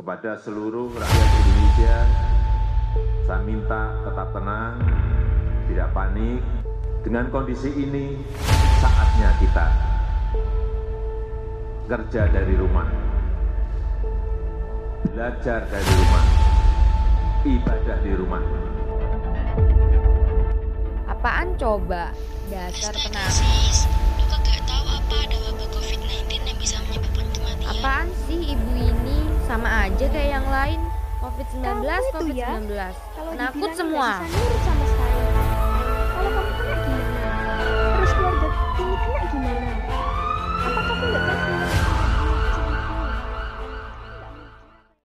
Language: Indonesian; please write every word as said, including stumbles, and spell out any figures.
Kepada seluruh rakyat Indonesia, saya minta tetap tenang, tidak panik. Dengan kondisi ini, saatnya kita kerja dari rumah, belajar dari rumah, ibadah di rumah. Apaan coba? Dasar penakut. Sis, lu kagak tahu apa ada wabah covid sembilan belas yang bisa menyebabkan kematian? Apaan sih ibu ini? Sama aja kayak yang lain. covid sembilan belas, Kamu itu covid ya, sembilan belas. kalau Penakut dibilangin semua. nggak bisa nurut sama